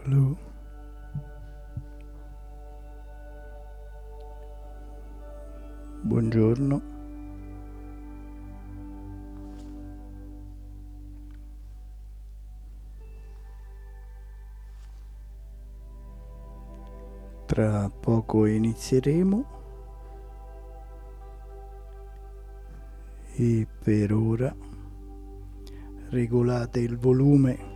Allo? Buongiorno. Tra poco inizieremo e per ora regolate il volume.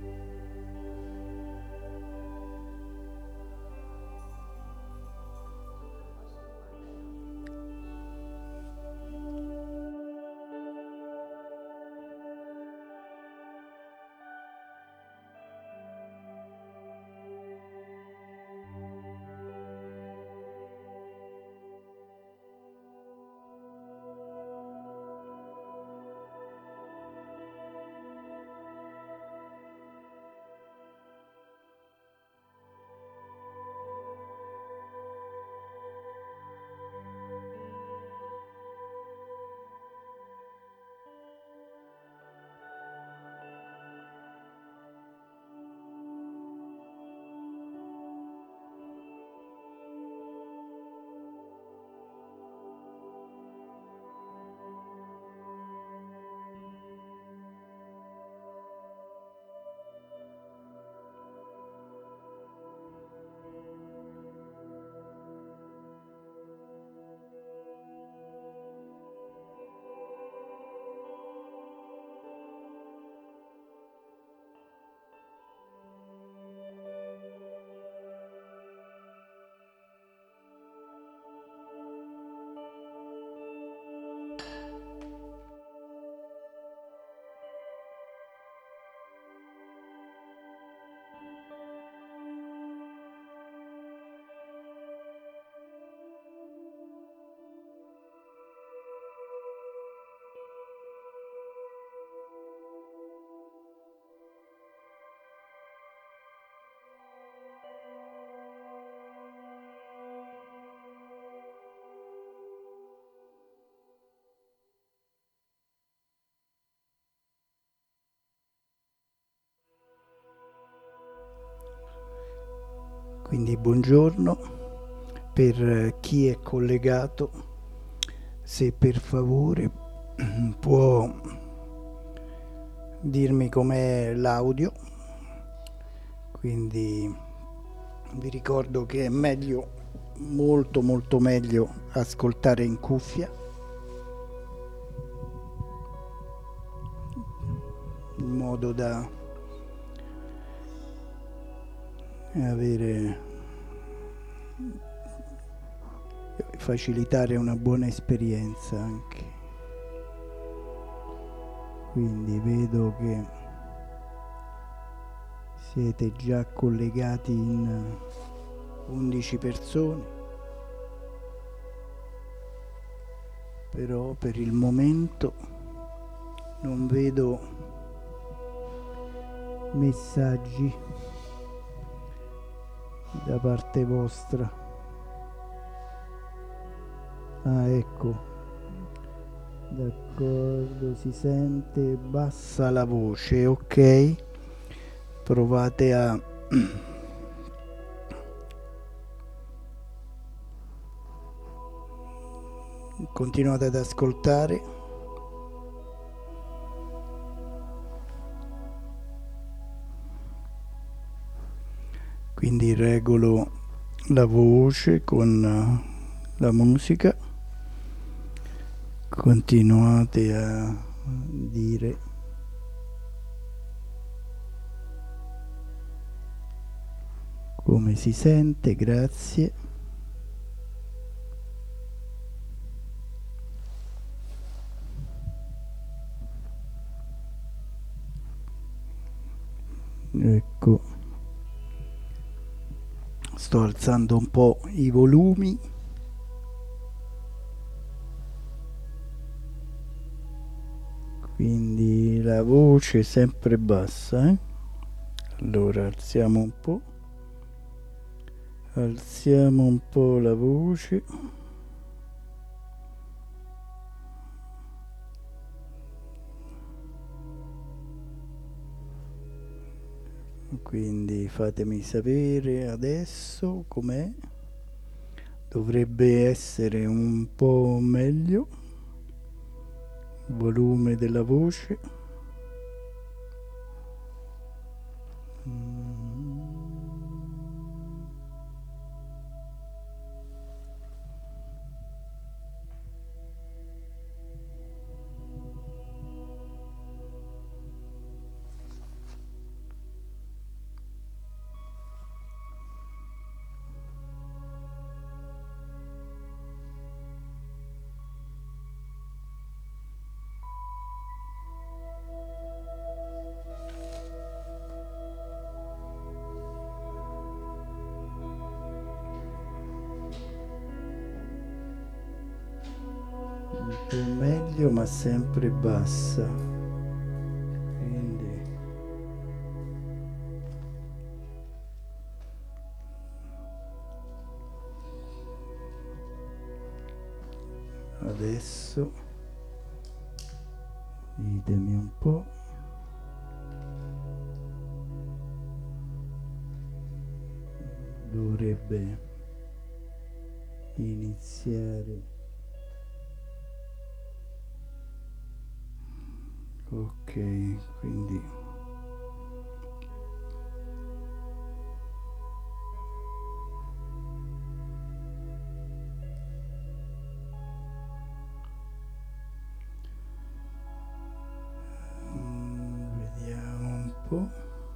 Quindi buongiorno per chi è collegato, se per favore può dirmi com'è l'audio. Quindi vi ricordo che è meglio, molto molto meglio ascoltare in cuffia, in modo da avere, facilitare una buona esperienza anche. Quindi vedo che siete già collegati in 11 persone, però per il momento non vedo messaggi da parte vostra. Ah, ecco, d'accordo, si sente bassa la voce, ok? Provate a continuate ad ascoltare. Quindi regolo la voce con la musica. Continuate a dire come si sente, grazie. Ecco, sto alzando un po' i volumi. Quindi la voce è sempre bassa, eh? Allora alziamo un po' la voce. quindi fatemi sapere adesso com'è. Dovrebbe essere un po' meglio il volume della voce. Un po' meglio ma sempre bassa, quindi adesso ditemi un po'. Dovrebbe iniziare. Ok, quindi vediamo un po'.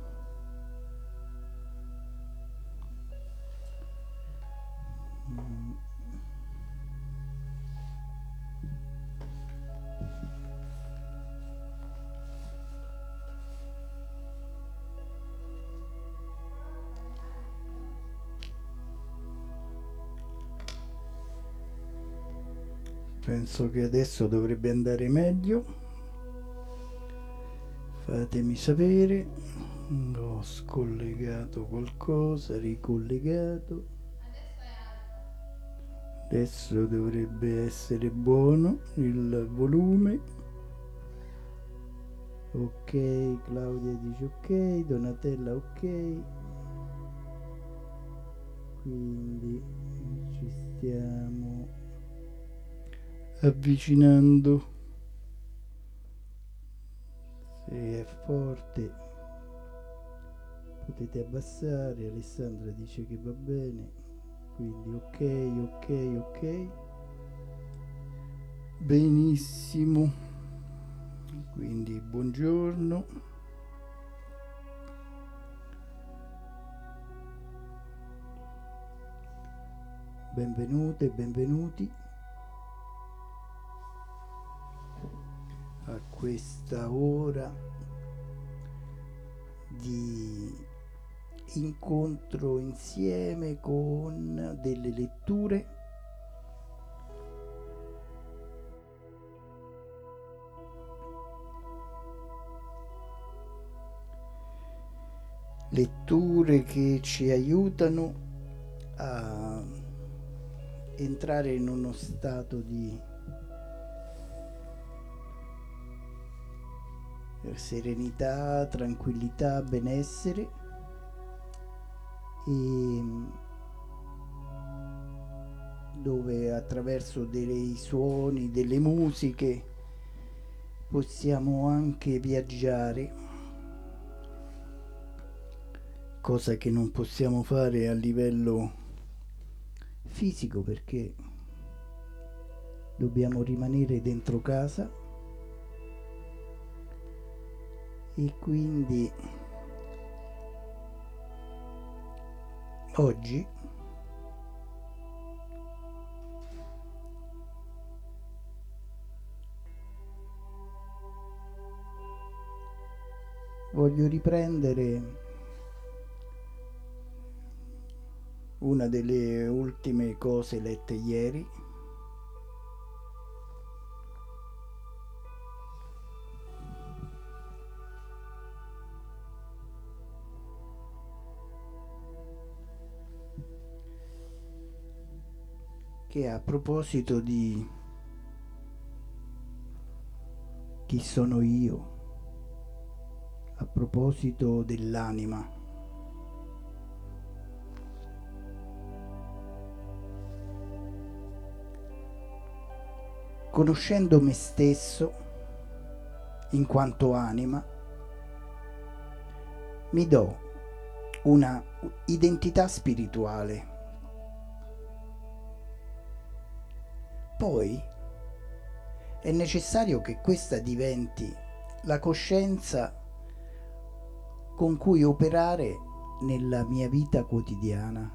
Penso che adesso dovrebbe andare meglio. Fatemi sapere. Ho scollegato qualcosa, ricollegato. Adesso dovrebbe essere buono il volume. Ok, Claudia dice ok, Donatella ok. Quindi ci stiamo avvicinando. Se è forte potete abbassare. Alessandra dice che va bene, quindi ok. Benissimo, quindi buongiorno. Benvenute e benvenuti a questa ora di incontro insieme con delle letture che ci aiutano a entrare in uno stato di serenità, tranquillità, benessere e dove attraverso dei suoni, delle musiche possiamo anche viaggiare, cosa che non possiamo fare a livello fisico perché dobbiamo rimanere dentro casa e quindi oggi voglio riprendere una delle ultime cose lette ieri, che a proposito di chi sono io, a proposito dell'anima, conoscendo me stesso in quanto anima, mi do una identità spirituale. Poi è necessario che questa diventi la coscienza con cui operare nella mia vita quotidiana.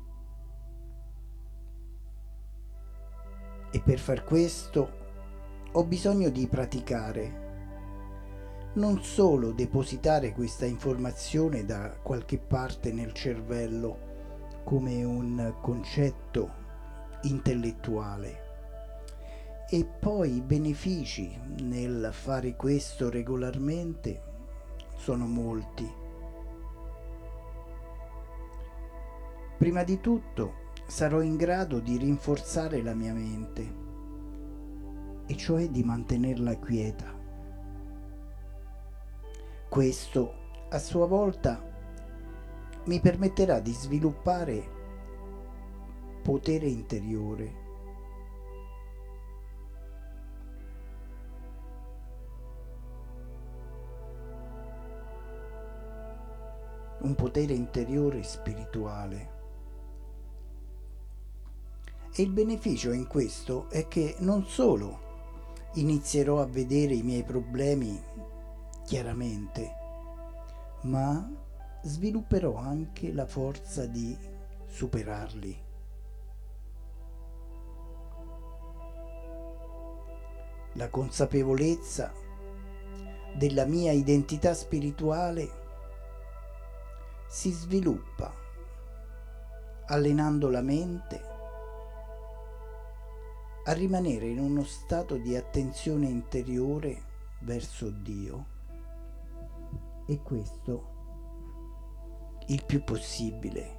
E per far questo ho bisogno di praticare, non solo depositare questa informazione da qualche parte nel cervello come un concetto intellettuale. E poi i benefici nel fare questo regolarmente sono molti. Prima di tutto sarò in grado di rinforzare la mia mente, e cioè di mantenerla quieta. Questo a sua volta mi permetterà di sviluppare potere interiore. Un potere interiore spirituale. E il beneficio in questo è che non solo inizierò a vedere i miei problemi chiaramente, ma svilupperò anche la forza di superarli. La consapevolezza della mia identità spirituale si sviluppa allenando la mente a rimanere in uno stato di attenzione interiore verso Dio, e questo il più possibile.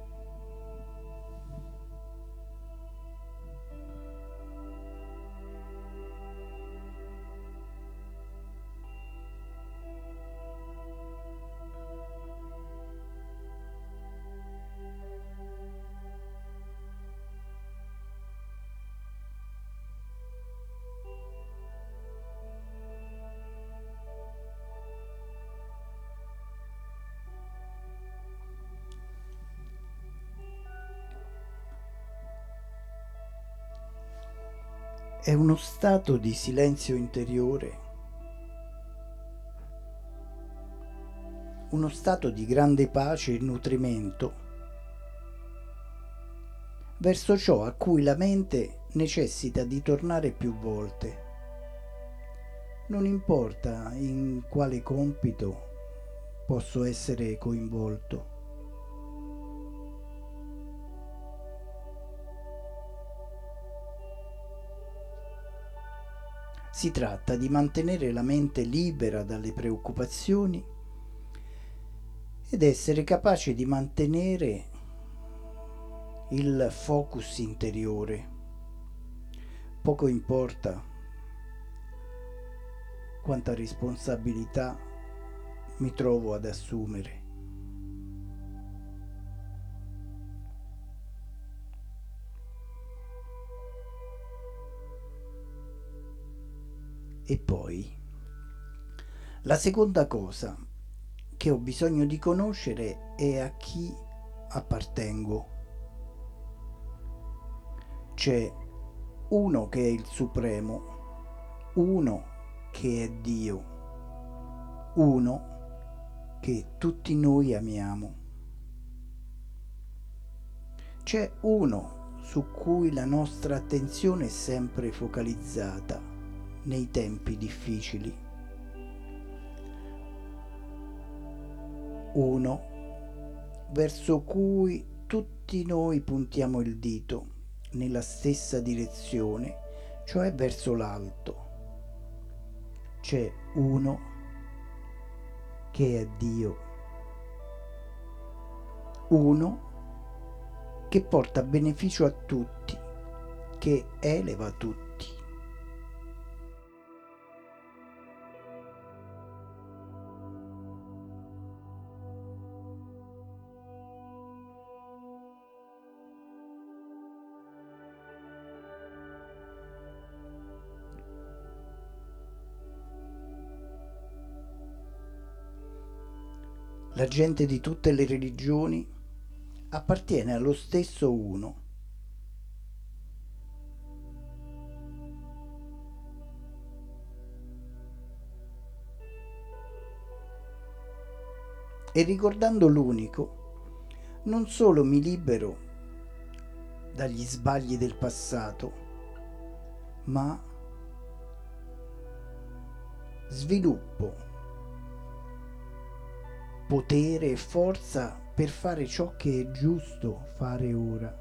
È uno stato di silenzio interiore, uno stato di grande pace e nutrimento verso ciò a cui la mente necessita di tornare più volte. Non importa in quale compito posso essere coinvolto. Si tratta di mantenere la mente libera dalle preoccupazioni ed essere capace di mantenere il focus interiore. Poco importa quanta responsabilità mi trovo ad assumere. E poi, la seconda cosa che ho bisogno di conoscere è a chi appartengo. C'è uno che è il Supremo, uno che è Dio, uno che tutti noi amiamo. C'è uno su cui la nostra attenzione è sempre focalizzata nei tempi difficili. Uno verso cui tutti noi puntiamo il dito nella stessa direzione, cioè verso l'alto. C'è uno che è Dio, uno che porta beneficio a tutti, che eleva tutti. La gente di tutte le religioni appartiene allo stesso uno. E ricordando l'unico, non solo mi libero dagli sbagli del passato, ma sviluppo potere e forza per fare ciò che è giusto fare ora.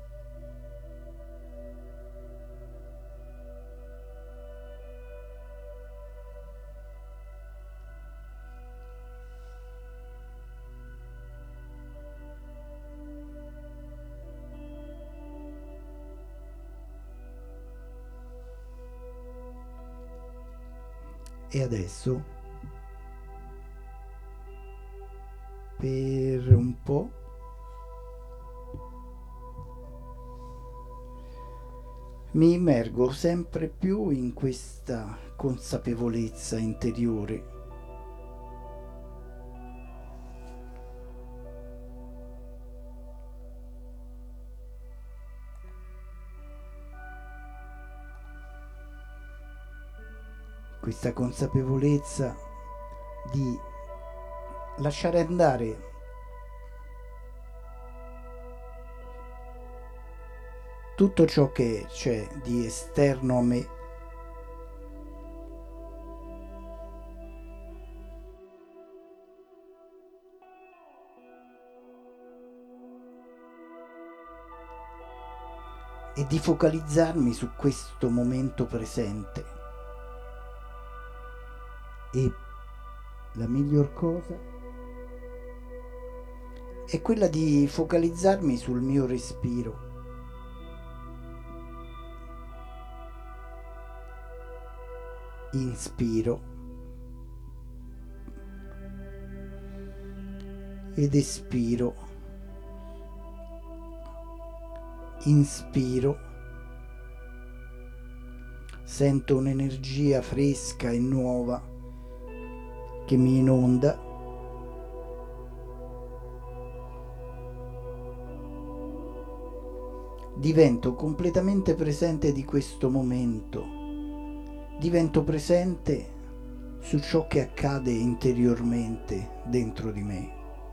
E adesso, per un po', mi immergo sempre più in questa consapevolezza interiore. Questa consapevolezza di lasciare andare tutto ciò che c'è di esterno a me e di focalizzarmi su questo momento presente. E la miglior cosa è quella di focalizzarmi sul mio respiro. Inspiro ed espiro. Inspiro, sento un'energia fresca e nuova che mi inonda. Divento completamente presente di questo momento. Divento presente su ciò che accade interiormente dentro di me.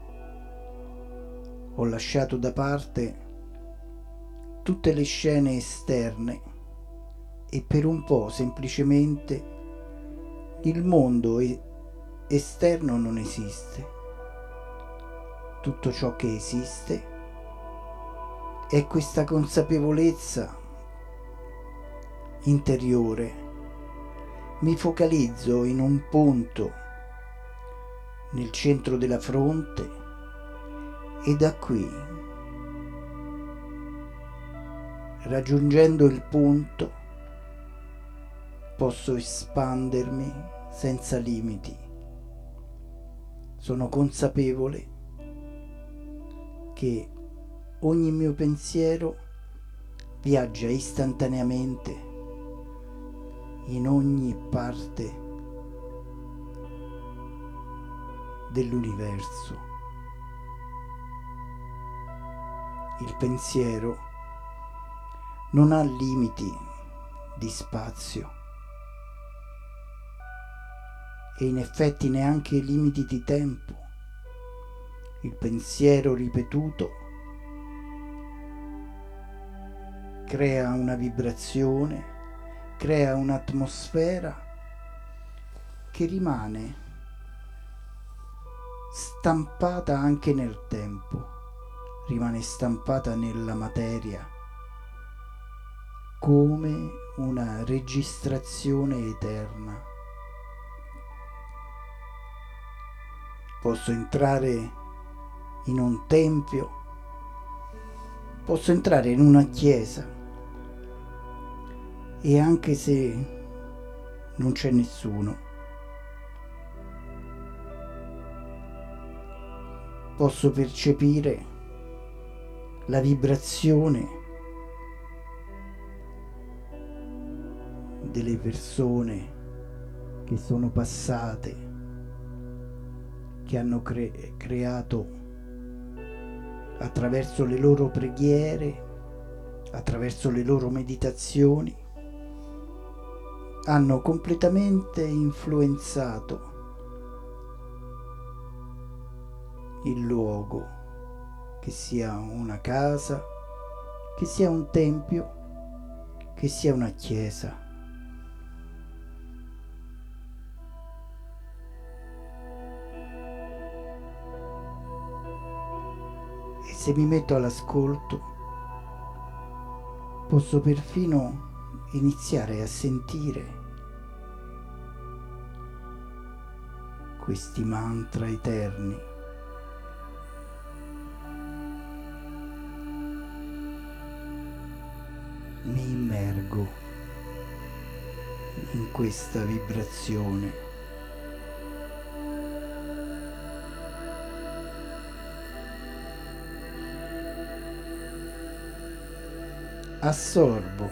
Ho lasciato da parte tutte le scene esterne e per un po' semplicemente il mondo esterno non esiste. Tutto ciò che esiste è questa consapevolezza interiore. Mi focalizzo in un punto nel centro della fronte e da qui, raggiungendo il punto, posso espandermi senza limiti. Sono consapevole che ogni mio pensiero viaggia istantaneamente in ogni parte dell'universo. Il pensiero non ha limiti di spazio e in effetti neanche limiti di tempo. Il pensiero ripetuto crea una vibrazione, crea un'atmosfera che rimane stampata anche nel tempo, rimane stampata nella materia come una registrazione eterna. Posso entrare in un tempio, posso entrare in una chiesa e anche se non c'è nessuno, posso percepire la vibrazione delle persone che sono passate, che hanno creato attraverso le loro preghiere, attraverso le loro meditazioni, hanno completamente influenzato il luogo, che sia una casa, che sia un tempio, che sia una chiesa. E se mi metto all'ascolto, posso perfino iniziare a sentire questi mantra eterni. Mi immergo in questa vibrazione. Assorbo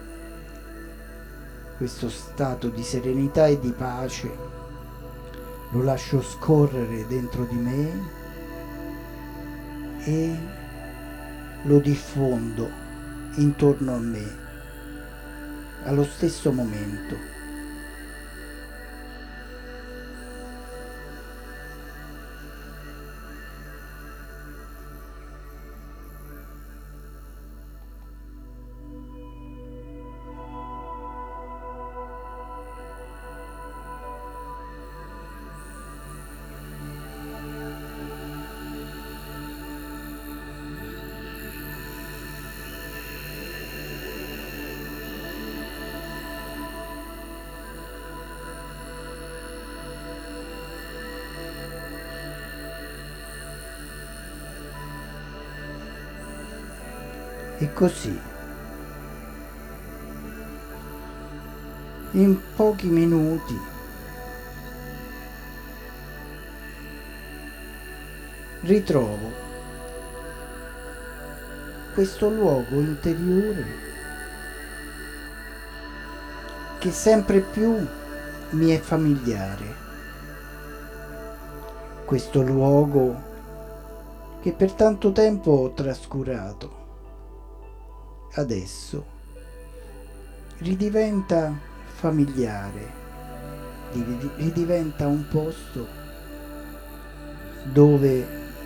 questo stato di serenità e di pace, lo lascio scorrere dentro di me e lo diffondo intorno a me allo stesso momento. E così, in pochi minuti, ritrovo questo luogo interiore che sempre più mi è familiare, questo luogo che per tanto tempo ho trascurato. Adesso ridiventa familiare, ridiventa un posto dove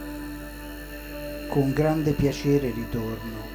con grande piacere ritorno.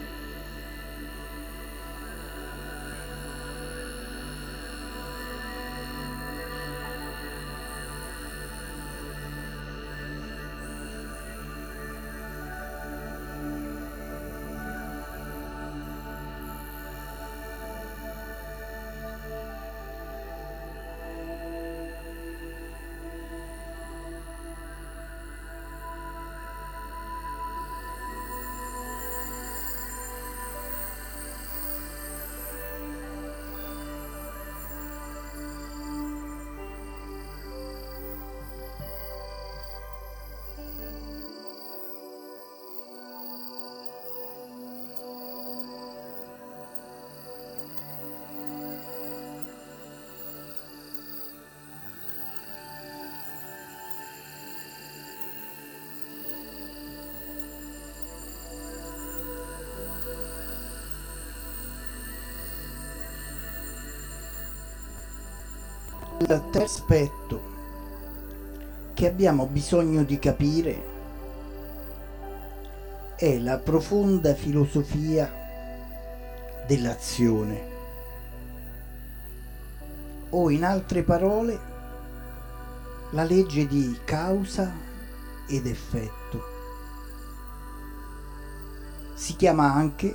Il terzo aspetto che abbiamo bisogno di capire è la profonda filosofia dell'azione, o in altre parole la legge di causa ed effetto. Si chiama anche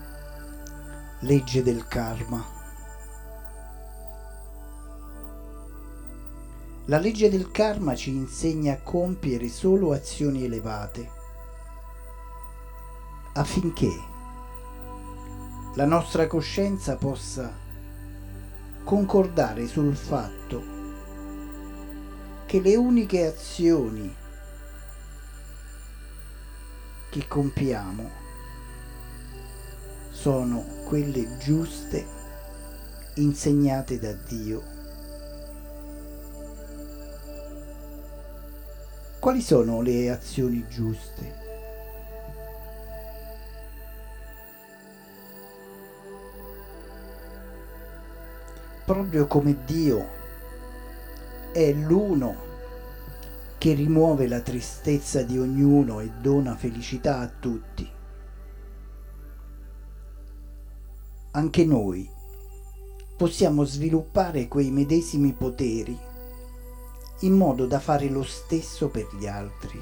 legge del karma. La legge del karma ci insegna a compiere solo azioni elevate, affinché la nostra coscienza possa concordare sul fatto che le uniche azioni che compiamo sono quelle giuste insegnate da Dio. Quali sono le azioni giuste? Proprio come Dio è l'uno che rimuove la tristezza di ognuno e dona felicità a tutti, anche noi possiamo sviluppare quei medesimi poteri in modo da fare lo stesso per gli altri.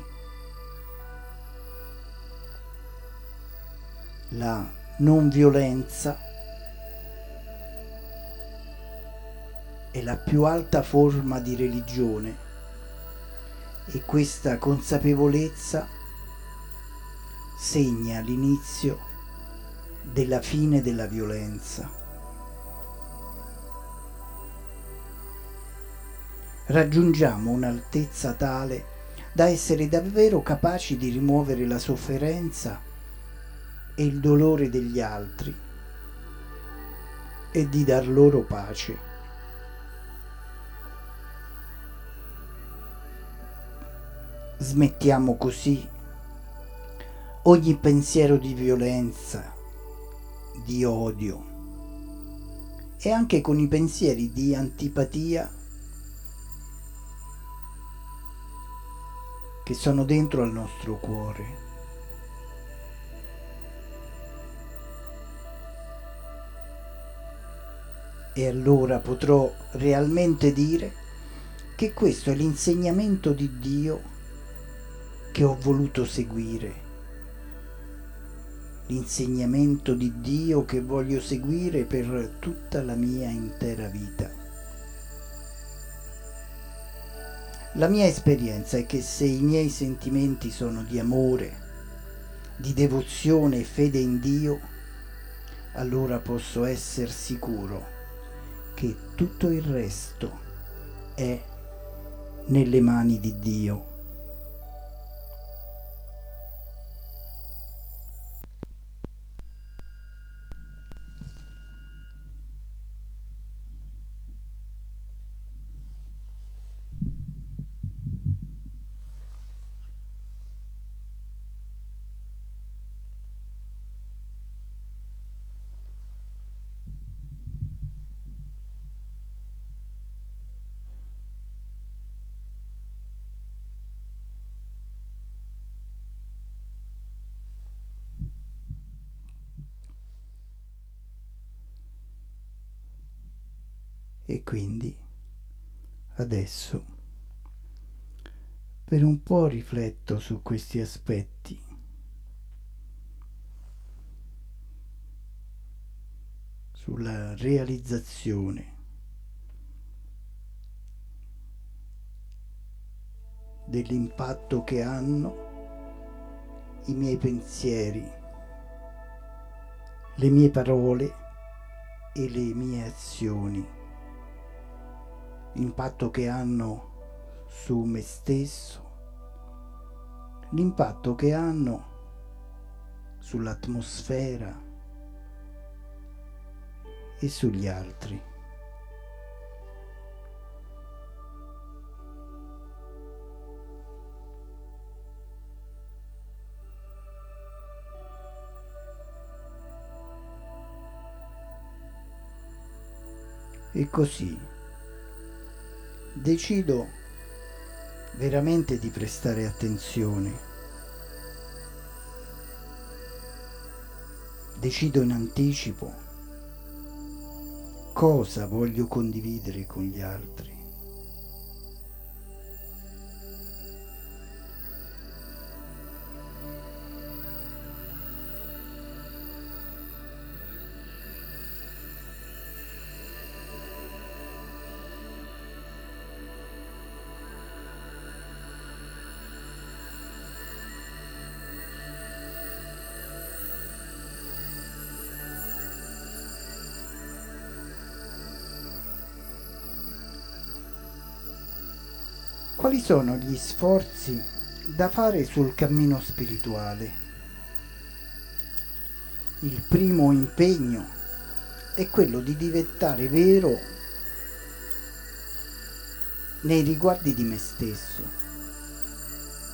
La non violenza è la più alta forma di religione e questa consapevolezza segna l'inizio della fine della violenza. Raggiungiamo un'altezza tale da essere davvero capaci di rimuovere la sofferenza e il dolore degli altri e di dar loro pace. Smettiamo così ogni pensiero di violenza, di odio e anche con i pensieri di antipatia che sono dentro al nostro cuore. E allora potrò realmente dire che questo è l'insegnamento di Dio che ho voluto seguire, l'insegnamento di Dio che voglio seguire per tutta la mia intera vita. La mia esperienza è che se i miei sentimenti sono di amore, di devozione e fede in Dio, allora posso essere sicuro che tutto il resto è nelle mani di Dio. E quindi adesso per un po' rifletto su questi aspetti, sulla realizzazione dell'impatto che hanno i miei pensieri, le mie parole e le mie azioni, l'impatto che hanno su me stesso, l'impatto che hanno sull'atmosfera e sugli altri. E così decido veramente di prestare attenzione, decido in anticipo cosa voglio condividere con gli altri. Quali sono gli sforzi da fare sul cammino spirituale? Il primo impegno è quello di diventare vero nei riguardi di me stesso.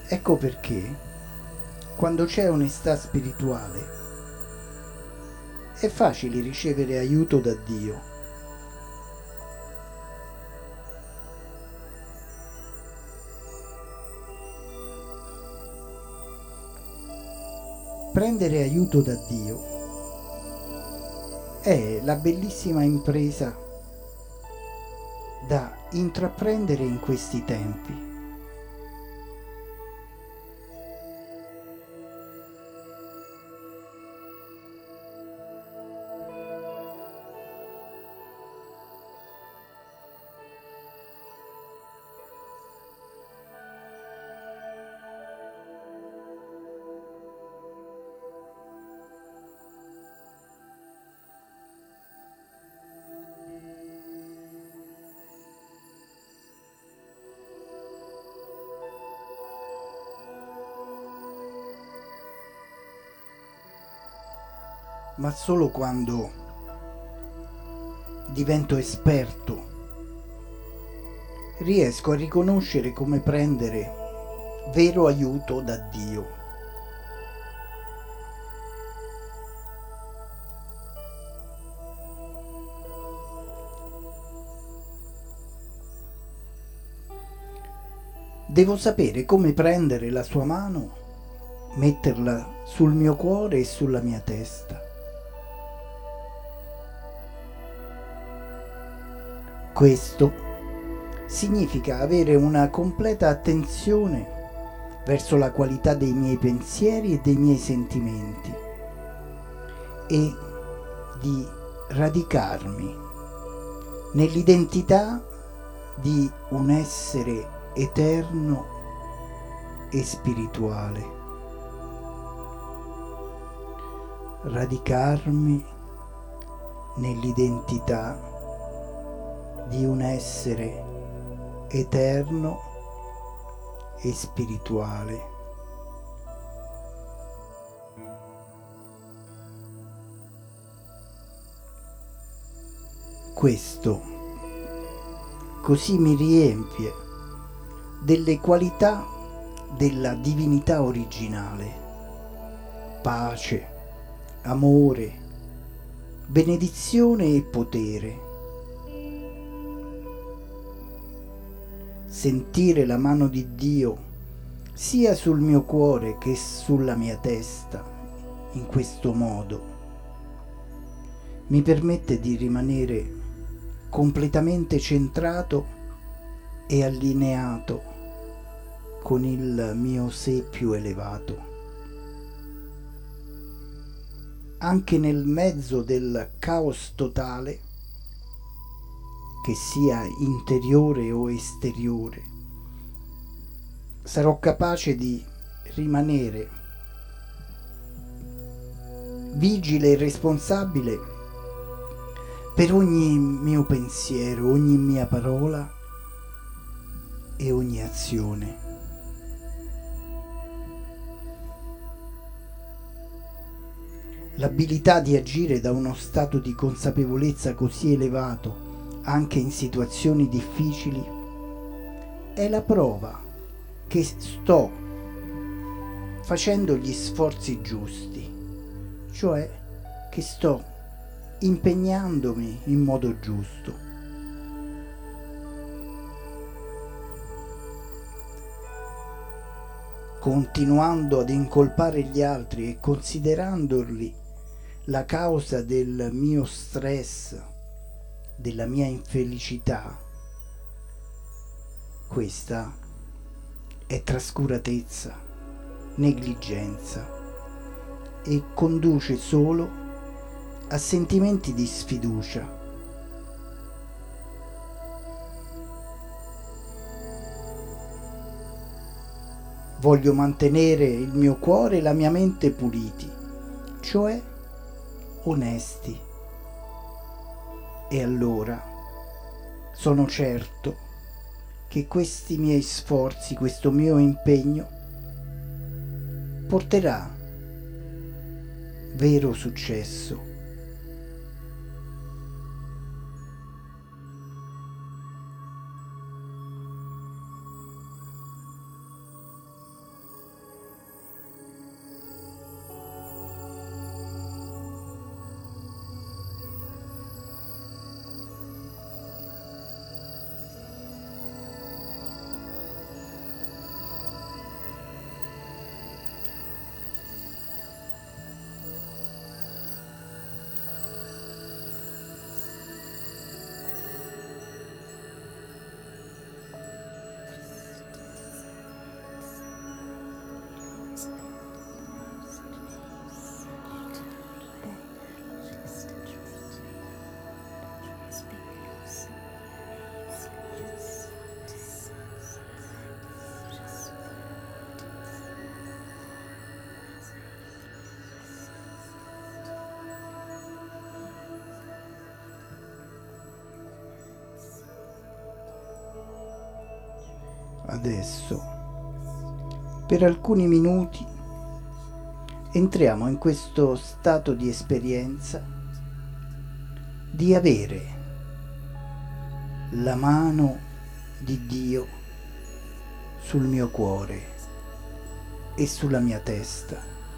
Ecco perché, quando c'è onestà spirituale, è facile ricevere aiuto da Dio. Prendere aiuto da Dio è la bellissima impresa da intraprendere in questi tempi. Ma solo quando divento esperto riesco a riconoscere come prendere vero aiuto da Dio. Devo sapere come prendere la sua mano, metterla sul mio cuore e sulla mia testa. Questo significa avere una completa attenzione verso la qualità dei miei pensieri e dei miei sentimenti e di radicarmi nell'identità di un essere eterno e spirituale. Radicarmi nell'identità di un essere eterno e spirituale. Questo così mi riempie delle qualità della divinità originale: pace, amore, benedizione e potere. Sentire la mano di Dio sia sul mio cuore che sulla mia testa in questo modo mi permette di rimanere completamente centrato e allineato con il mio sé più elevato. Anche nel mezzo del caos totale, che sia interiore o esteriore, sarò capace di rimanere vigile e responsabile per ogni mio pensiero, ogni mia parola e ogni azione. L'abilità di agire da uno stato di consapevolezza così elevato anche in situazioni difficili è la prova che sto facendo gli sforzi giusti, cioè che sto impegnandomi in modo giusto. Continuando ad incolpare gli altri e considerandoli la causa del mio stress, della mia infelicità, questa è trascuratezza, negligenza e conduce solo a sentimenti di sfiducia. Voglio mantenere il mio cuore e la mia mente puliti, cioè onesti. E allora sono certo che questi miei sforzi, questo mio impegno porterà vero successo. adesso, per alcuni minuti, entriamo in questo stato di esperienza di avere la mano di Dio sul mio cuore e sulla mia testa.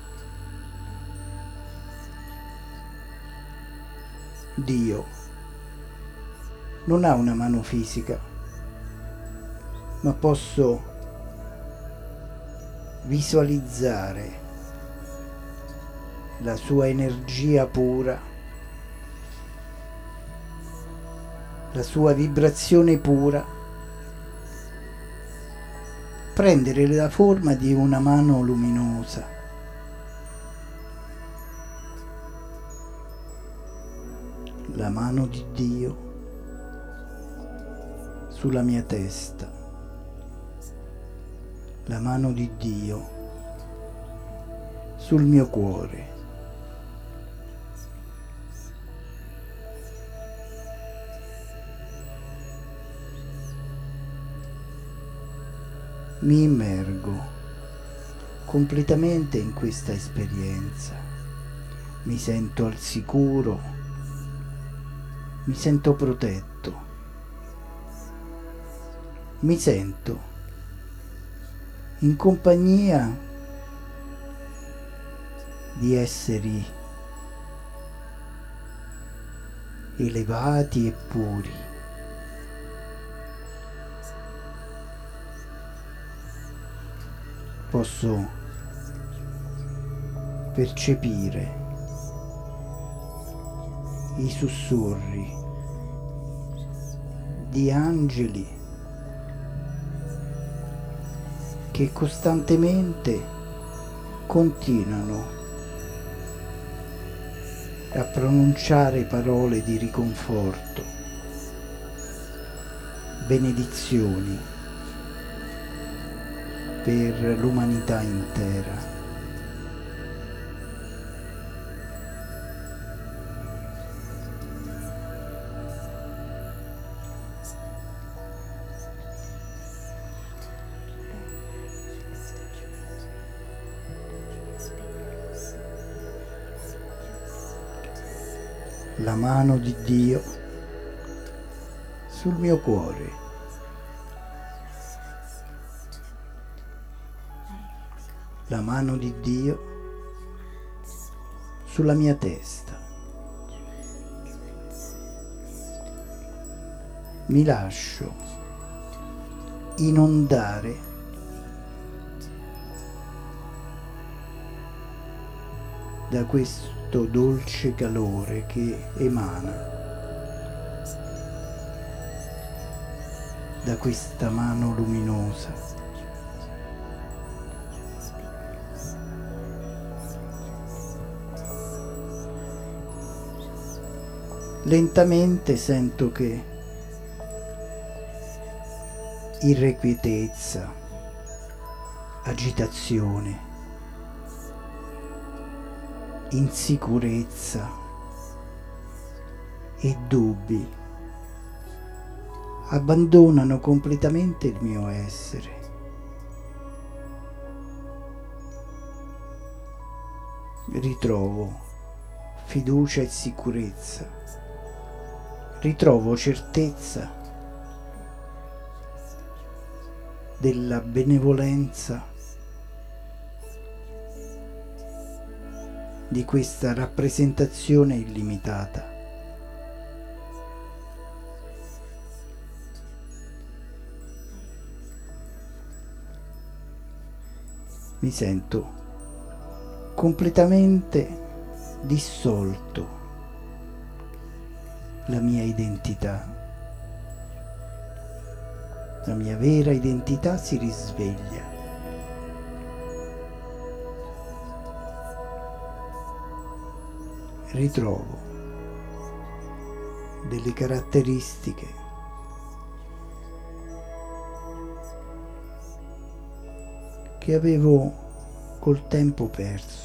Dio non ha una mano fisica, ma posso visualizzare la sua energia pura, la sua vibrazione pura, prendere la forma di una mano luminosa. La mano di Dio sulla mia testa, la mano di Dio sul mio cuore. Mi immergo completamente in questa esperienza, mi sento al sicuro, mi sento protetto, mi sento in compagnia di esseri elevati e puri. Posso percepire i sussurri di angeli che costantemente continuano a pronunciare parole di riconforto, benedizioni per l'umanità intera. La mano di Dio sul mio cuore. La mano di Dio sulla mia testa. Mi lascio inondare da questo dolce calore che emana da questa mano luminosa. Lentamente sento che irrequietezza, agitazione, insicurezza e dubbi abbandonano completamente il mio essere. Ritrovo fiducia e sicurezza. Ritrovo certezza della benevolenza di questa rappresentazione illimitata. Mi sento completamente dissolto. La mia identità, la mia vera identità si risveglia. Ritrovo delle caratteristiche che avevo col tempo perso.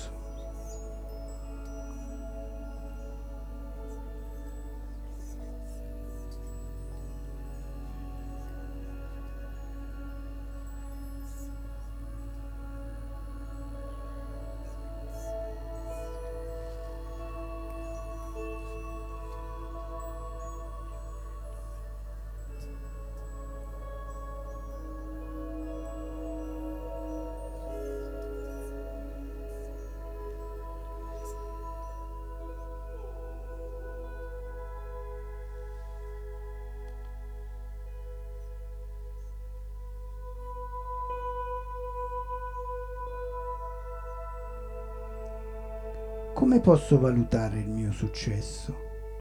come posso valutare il mio successo?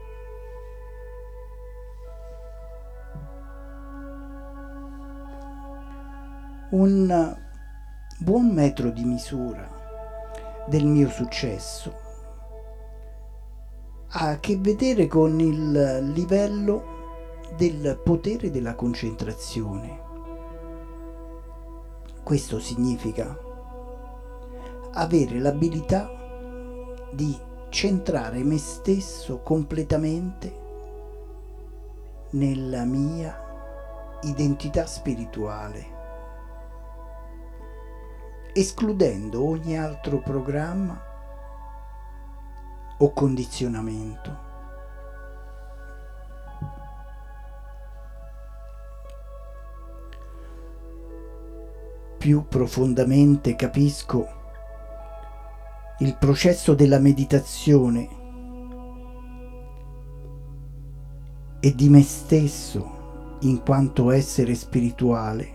Un buon metro di misura del mio successo ha a che vedere con il livello del potere della concentrazione. Questo significa avere l'abilità di centrare me stesso completamente nella mia identità spirituale, escludendo ogni altro programma o condizionamento. Più profondamente capisco il processo della meditazione e di me stesso in quanto essere spirituale,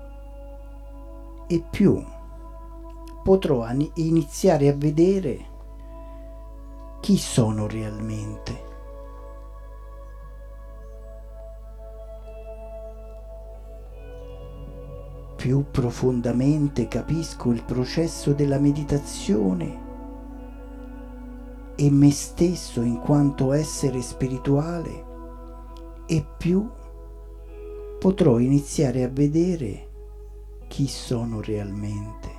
e più potrò iniziare a vedere chi sono realmente. Più profondamente capisco il processo della meditazione e me stesso in quanto essere spirituale, e più potrò iniziare a vedere chi sono realmente.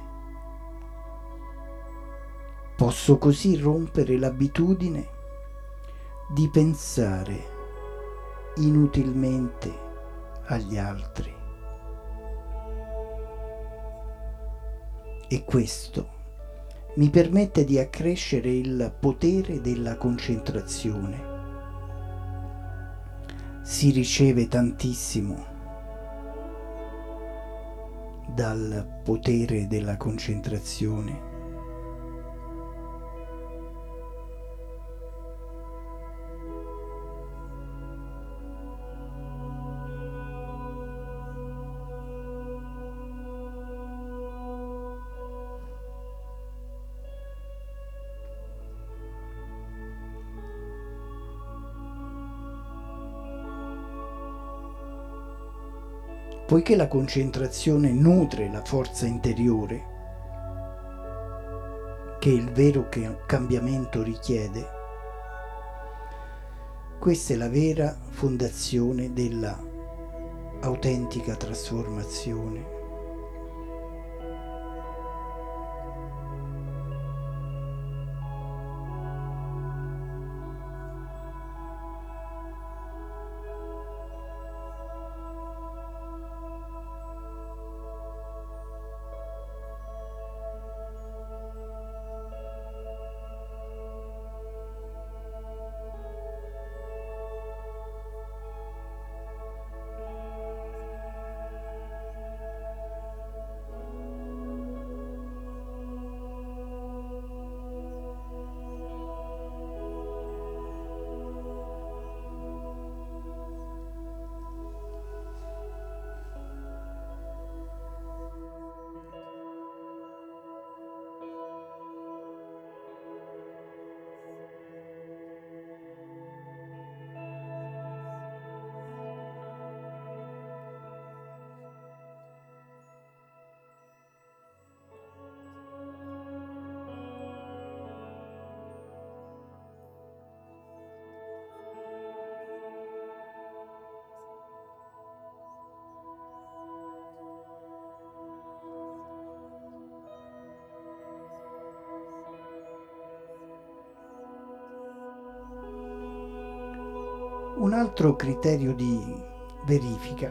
Posso così rompere l'abitudine di pensare inutilmente agli altri. E questo mi permette di accrescere il potere della concentrazione. Si riceve tantissimo dal potere della concentrazione. Poiché la concentrazione nutre la forza interiore che il vero cambiamento richiede, questa è la vera fondazione della autentica trasformazione. Un altro criterio di verifica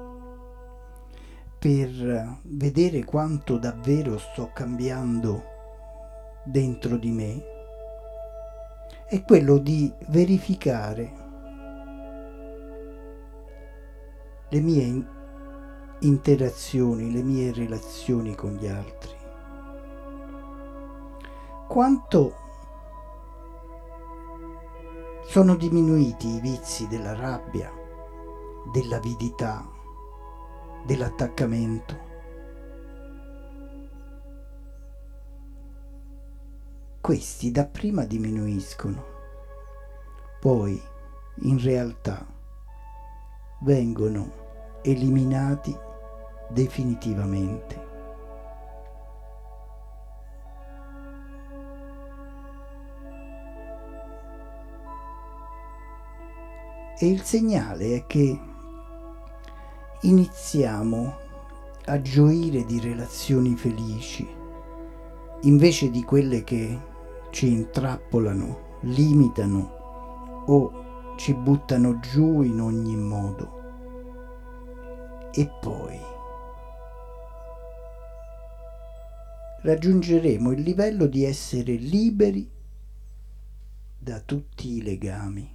per vedere quanto davvero sto cambiando dentro di me è quello di verificare le mie interazioni, le mie relazioni con gli altri. Quanto sono diminuiti i vizi della rabbia, dell'avidità, dell'attaccamento. questi dapprima diminuiscono, poi in realtà vengono eliminati definitivamente. E il segnale è che iniziamo a gioire di relazioni felici, invece di quelle che ci intrappolano, limitano o ci buttano giù in ogni modo. E poi raggiungeremo il livello di essere liberi da tutti i legami.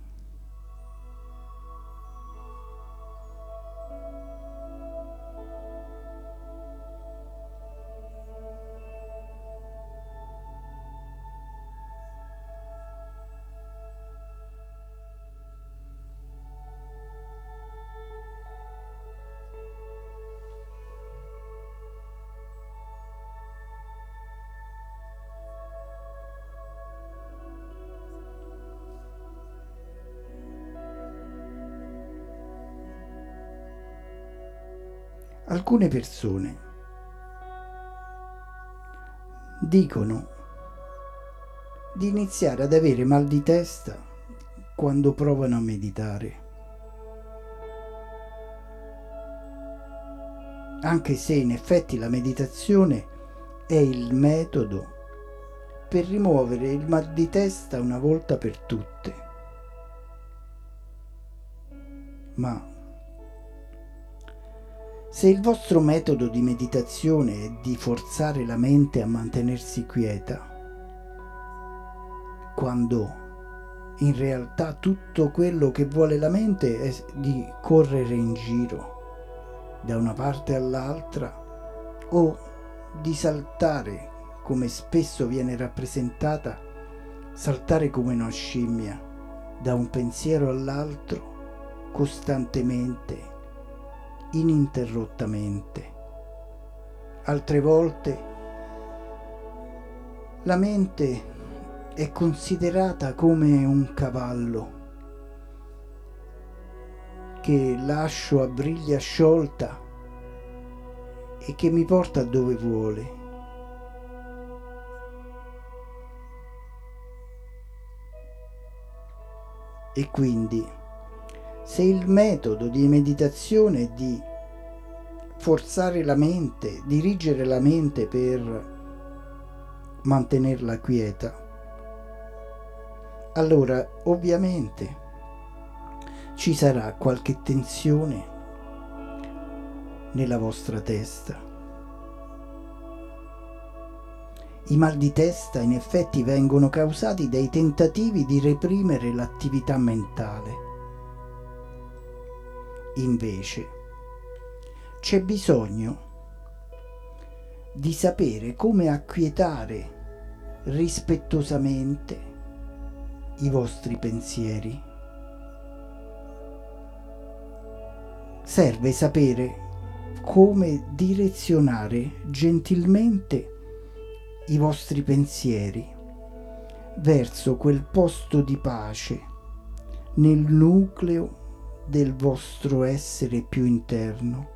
Alcune persone dicono di iniziare ad avere mal di testa quando provano a meditare, anche se in effetti la meditazione è il metodo per rimuovere il mal di testa una volta per tutte. Ma se il vostro metodo di meditazione è di forzare la mente a mantenersi quieta, quando in realtà tutto quello che vuole la mente è di correre in giro da una parte all'altra o di saltare, come spesso viene rappresentata, saltare come una scimmia da un pensiero all'altro costantemente, ininterrottamente. Altre volte la mente è considerata come un cavallo che lascio a briglia sciolta e che mi porta dove vuole. E quindi, se il metodo di meditazione è di forzare la mente, dirigere la mente per mantenerla quieta, allora ovviamente ci sarà qualche tensione nella vostra testa. I mal di testa in effetti vengono causati dai tentativi di reprimere l'attività mentale. Invece c'è bisogno di sapere come acquietare rispettosamente i vostri pensieri. Serve sapere come direzionare gentilmente i vostri pensieri verso quel posto di pace nel nucleo del vostro essere più interno.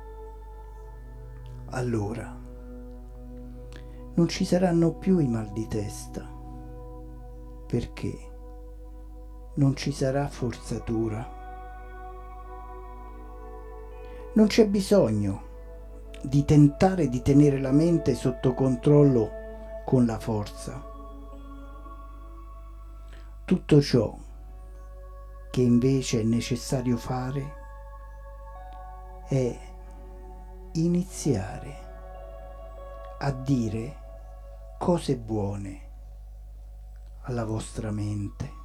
Allora non ci saranno più i mal di testa, perché non ci sarà forzatura. Non c'è bisogno di tentare di tenere la mente sotto controllo con la forza. Tutto ciò che invece è necessario fare è iniziare a dire cose buone alla vostra mente.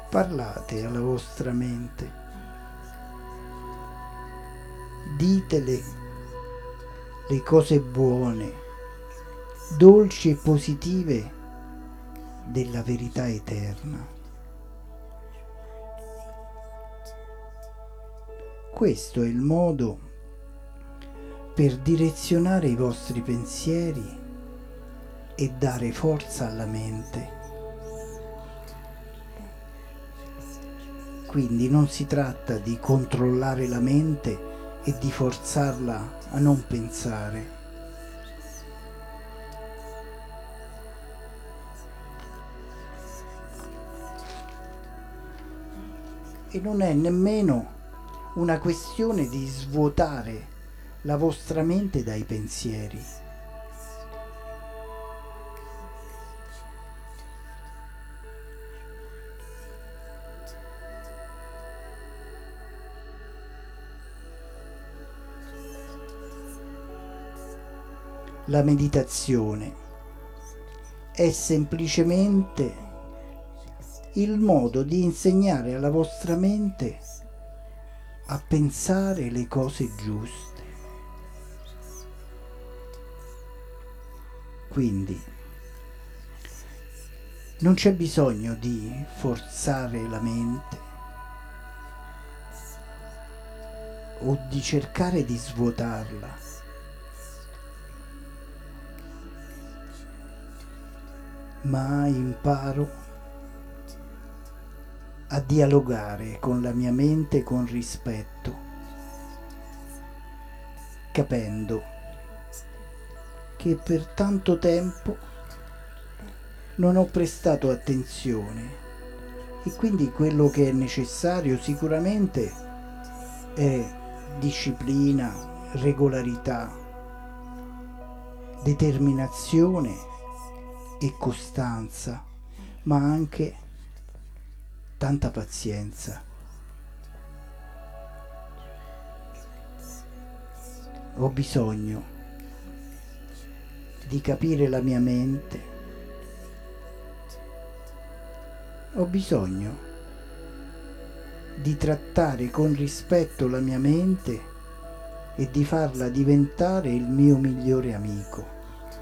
Parlate alla vostra mente, ditele le cose buone, dolci e positive della verità eterna. Questo è il modo per direzionare i vostri pensieri e dare forza alla mente. Quindi non si tratta di controllare la mente e di forzarla a non pensare. E non è nemmeno una questione di svuotare la vostra mente dai pensieri. La meditazione è semplicemente il modo di insegnare alla vostra mente a pensare le cose giuste. Quindi non c'è bisogno di forzare la mente o di cercare di svuotarla. Ma imparo a dialogare con la mia mente con rispetto, capendo che per tanto tempo non ho prestato attenzione e quindi quello che è necessario sicuramente è disciplina, regolarità, determinazione e costanza, ma anche tanta pazienza. Ho bisogno di capire la mia mente, ho bisogno di trattare con rispetto la mia mente e di farla diventare il mio migliore amico.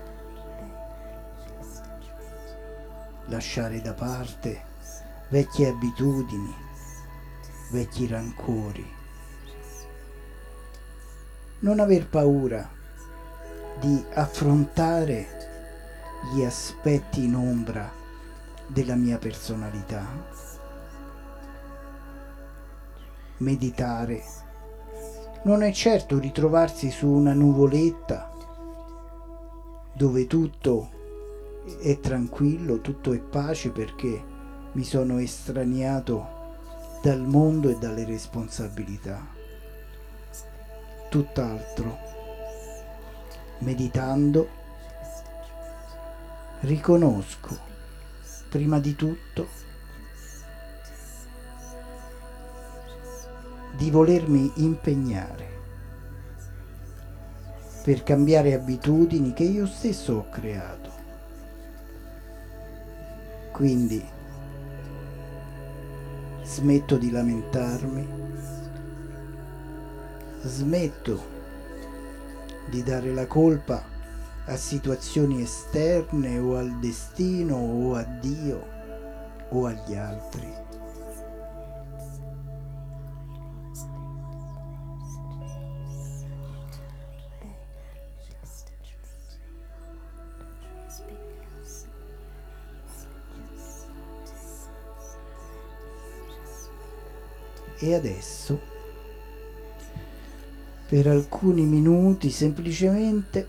Lasciare da parte vecchie abitudini, vecchi rancori. Non aver paura di affrontare gli aspetti in ombra della mia personalità. Meditare non è certo ritrovarsi su una nuvoletta dove tutto è tranquillo, tutto è pace perché mi sono estraniato dal mondo e dalle responsabilità. Tutt'altro. Meditando riconosco prima di tutto di volermi impegnare per cambiare abitudini che io stesso ho creato. Quindi smetto di lamentarmi, smetto di dare la colpa a situazioni esterne o al destino o a Dio o agli altri. E adesso, per alcuni minuti, semplicemente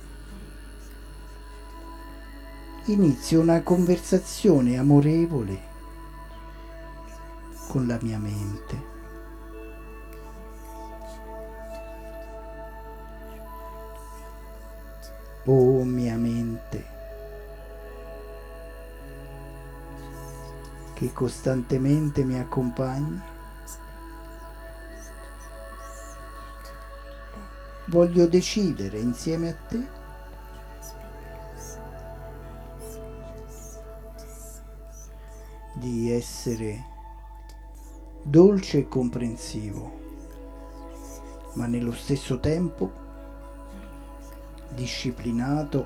inizio una conversazione amorevole con la mia mente. Oh mia mente, che costantemente mi accompagni, voglio decidere insieme a te di essere dolce e comprensivo, ma nello stesso tempo disciplinato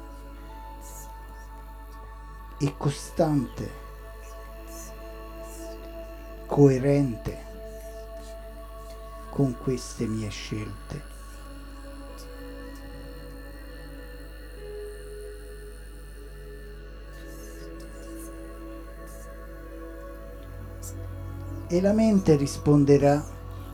e costante, coerente con queste mie scelte. E la mente risponderà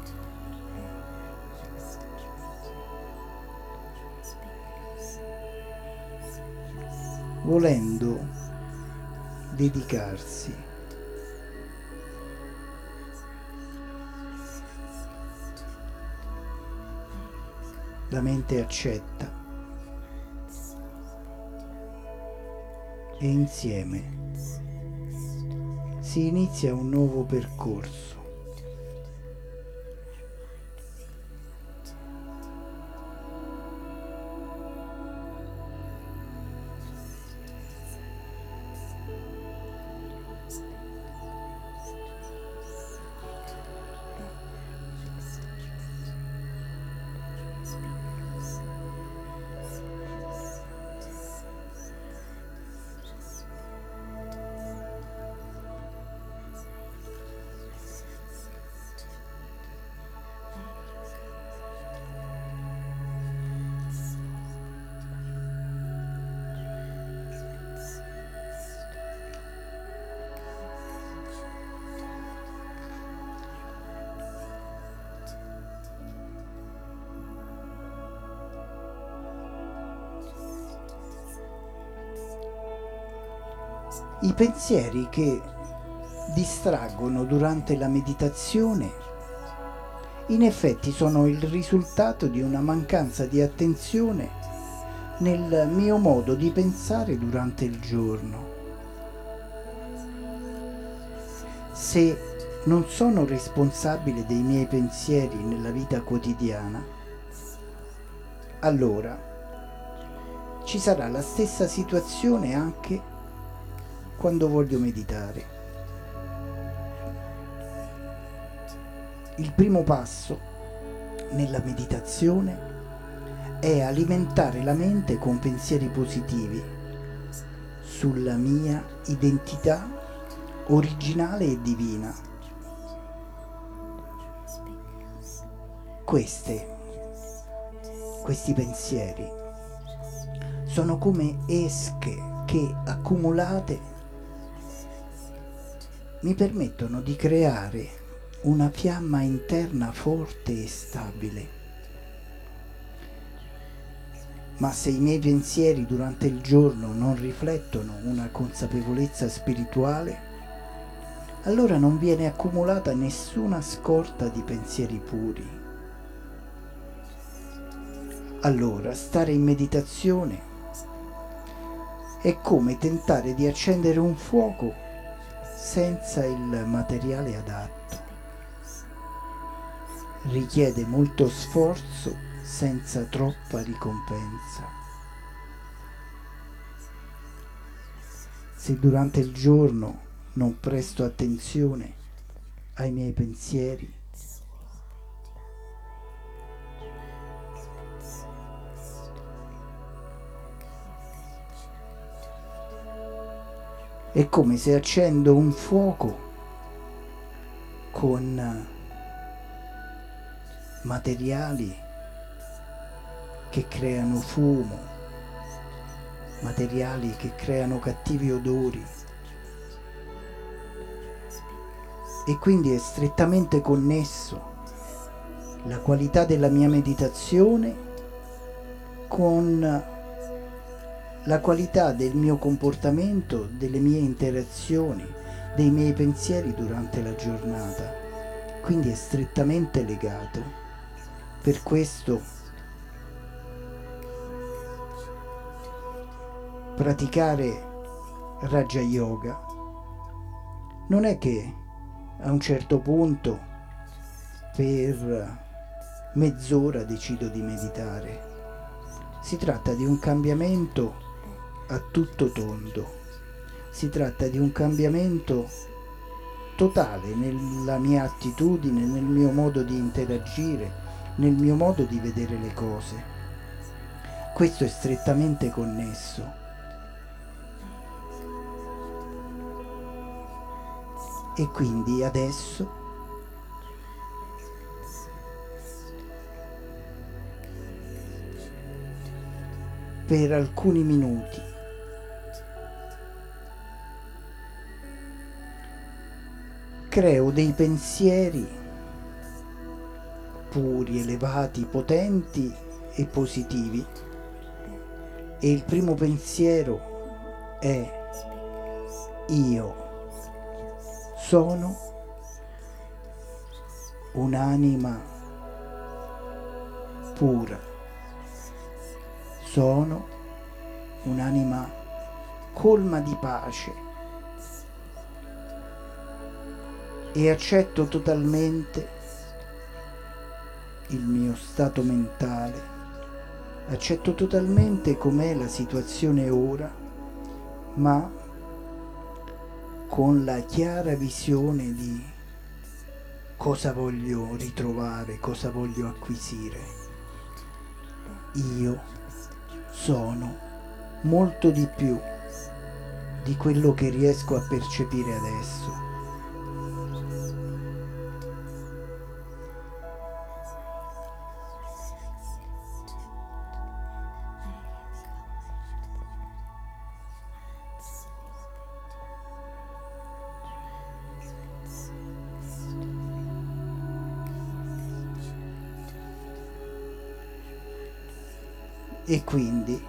volendo dedicarsi la mente accetta e insieme si inizia un nuovo percorso. I pensieri che distraggono durante la meditazione in effetti sono il risultato di una mancanza di attenzione nel mio modo di pensare durante il giorno. Se non sono responsabile dei miei pensieri nella vita quotidiana, allora ci sarà la stessa situazione anche quando voglio meditare. Il primo passo nella meditazione è alimentare la mente con pensieri positivi sulla mia identità originale e divina. Questi pensieri sono come esche che, accumulate, mi permettono di creare una fiamma interna forte e stabile. Ma se i miei pensieri durante il giorno non riflettono una consapevolezza spirituale, allora non viene accumulata nessuna scorta di pensieri puri. Allora, stare in meditazione è come tentare di accendere un fuoco senza il materiale adatto. Richiede molto sforzo senza troppa ricompensa. Se durante il giorno non presto attenzione ai miei pensieri, è come se accendo un fuoco con materiali che creano fumo, materiali che creano cattivi odori, e quindi è strettamente connesso la qualità della mia meditazione con la qualità del mio comportamento, delle mie interazioni, dei miei pensieri durante la giornata. Quindi è strettamente legato. Per questo praticare Raja Yoga non è che a un certo punto per mezz'ora decido di meditare. Si tratta di un cambiamento a tutto tondo. Si tratta di un cambiamento totale nella mia attitudine, nel mio modo di interagire, nel mio modo di vedere le cose. Questo è strettamente connesso. E quindi adesso per alcuni minuti creo dei pensieri puri, elevati, potenti e positivi. E il primo pensiero è: io sono un'anima pura, sono un'anima colma di pace e accetto totalmente il mio stato mentale, accetto totalmente com'è la situazione ora, ma con la chiara visione di cosa voglio ritrovare, cosa voglio acquisire. Io sono molto di più di quello che riesco a percepire adesso. E quindi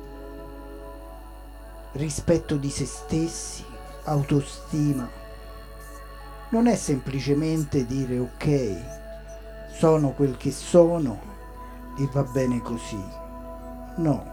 rispetto di se stessi, autostima, non è semplicemente dire ok, sono quel che sono e va bene così. No.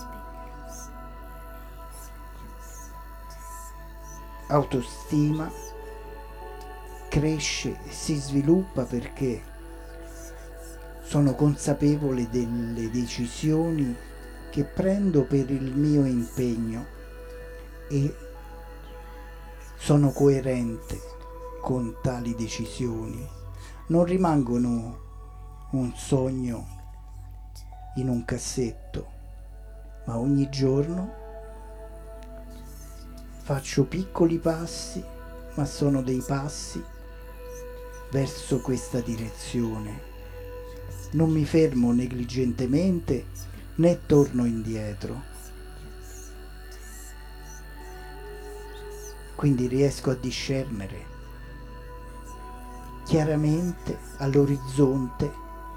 Autostima cresce e si sviluppa perché sono consapevole delle decisioni che prendo per il mio impegno e sono coerente con tali decisioni. Non rimangono un sogno in un cassetto, ma ogni giorno faccio piccoli passi, ma sono dei passi verso questa direzione. Non mi fermo negligentemente né torno indietro. Quindi riesco a discernere chiaramente all'orizzonte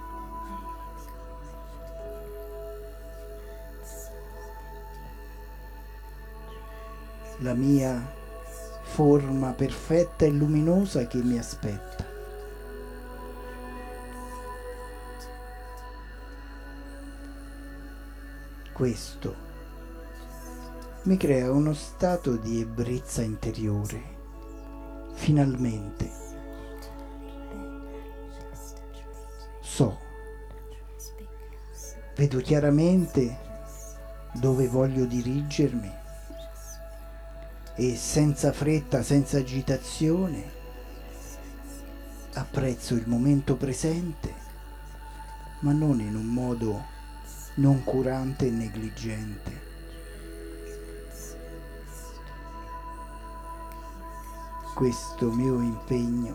la mia forma perfetta e luminosa che mi aspetta. Questo mi crea uno stato di ebbrezza interiore. Finalmente so, vedo chiaramente dove voglio dirigermi e senza fretta, senza agitazione, apprezzo il momento presente, ma non in un modo noncurante e negligente. Questo mio impegno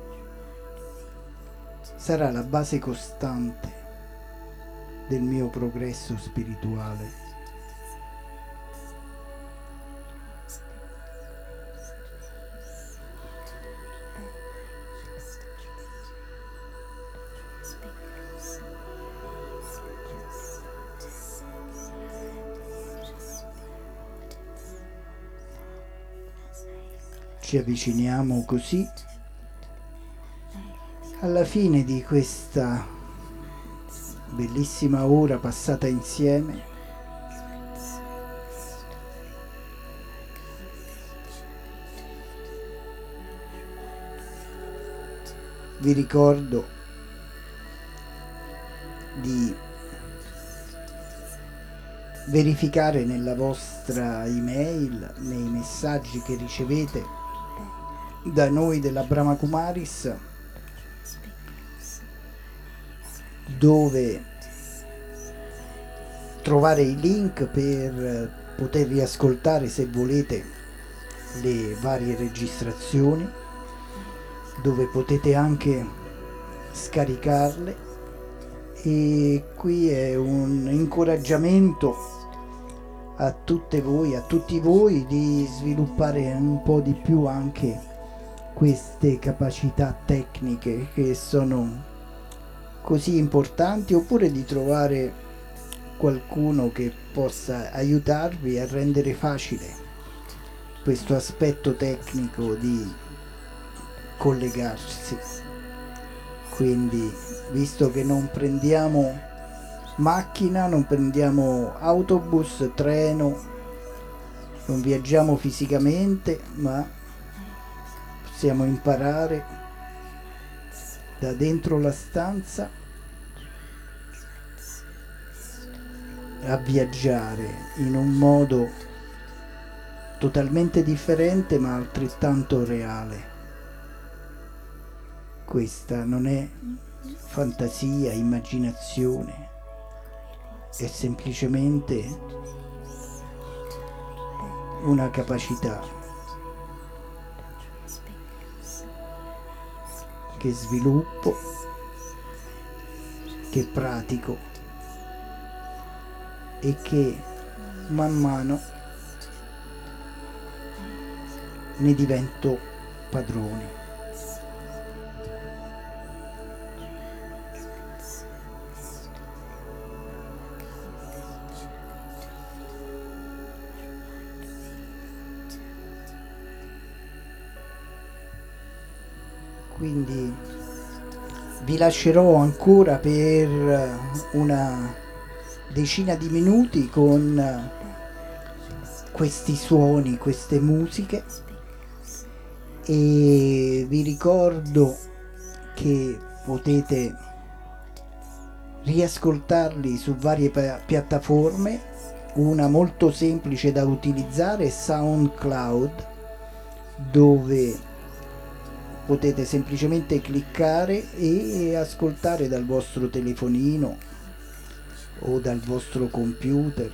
sarà la base costante del mio progresso spirituale. Ci avviciniamo così alla fine di questa bellissima ora passata insieme. Vi ricordo di verificare nella vostra email, nei messaggi che ricevete, da noi della Brahma Kumaris, dove trovare i link per poter riascoltare, se volete, le varie registrazioni, dove potete anche scaricarle. E qui è un incoraggiamento a tutte voi, a tutti voi, di sviluppare un po' di più anche queste capacità tecniche che sono così importanti, oppure di trovare qualcuno che possa aiutarvi a rendere facile questo aspetto tecnico di collegarsi. Quindi, visto che non prendiamo macchina, non prendiamo autobus, treno, non viaggiamo fisicamente, ma possiamo imparare da dentro la stanza a viaggiare in un modo totalmente differente ma altrettanto reale. Questa non è fantasia, immaginazione, è semplicemente una capacità che sviluppo, che pratico e che man mano ne divento padrone. Quindi vi lascerò ancora per una decina di minuti con questi suoni, queste musiche, e vi ricordo che potete riascoltarli su varie piattaforme. Una molto semplice da utilizzare è SoundCloud, dove potete semplicemente cliccare e ascoltare dal vostro telefonino o dal vostro computer.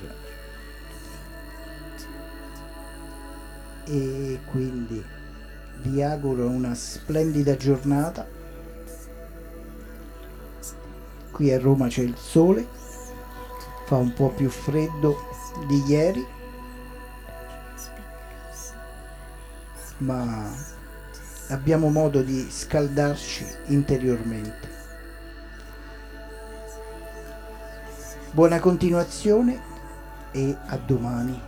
E quindi vi auguro una splendida giornata. Qui a Roma c'è il sole, fa un po' più freddo di ieri, ma abbiamo modo di scaldarci interiormente. Buona continuazione e a domani.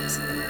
Podcast.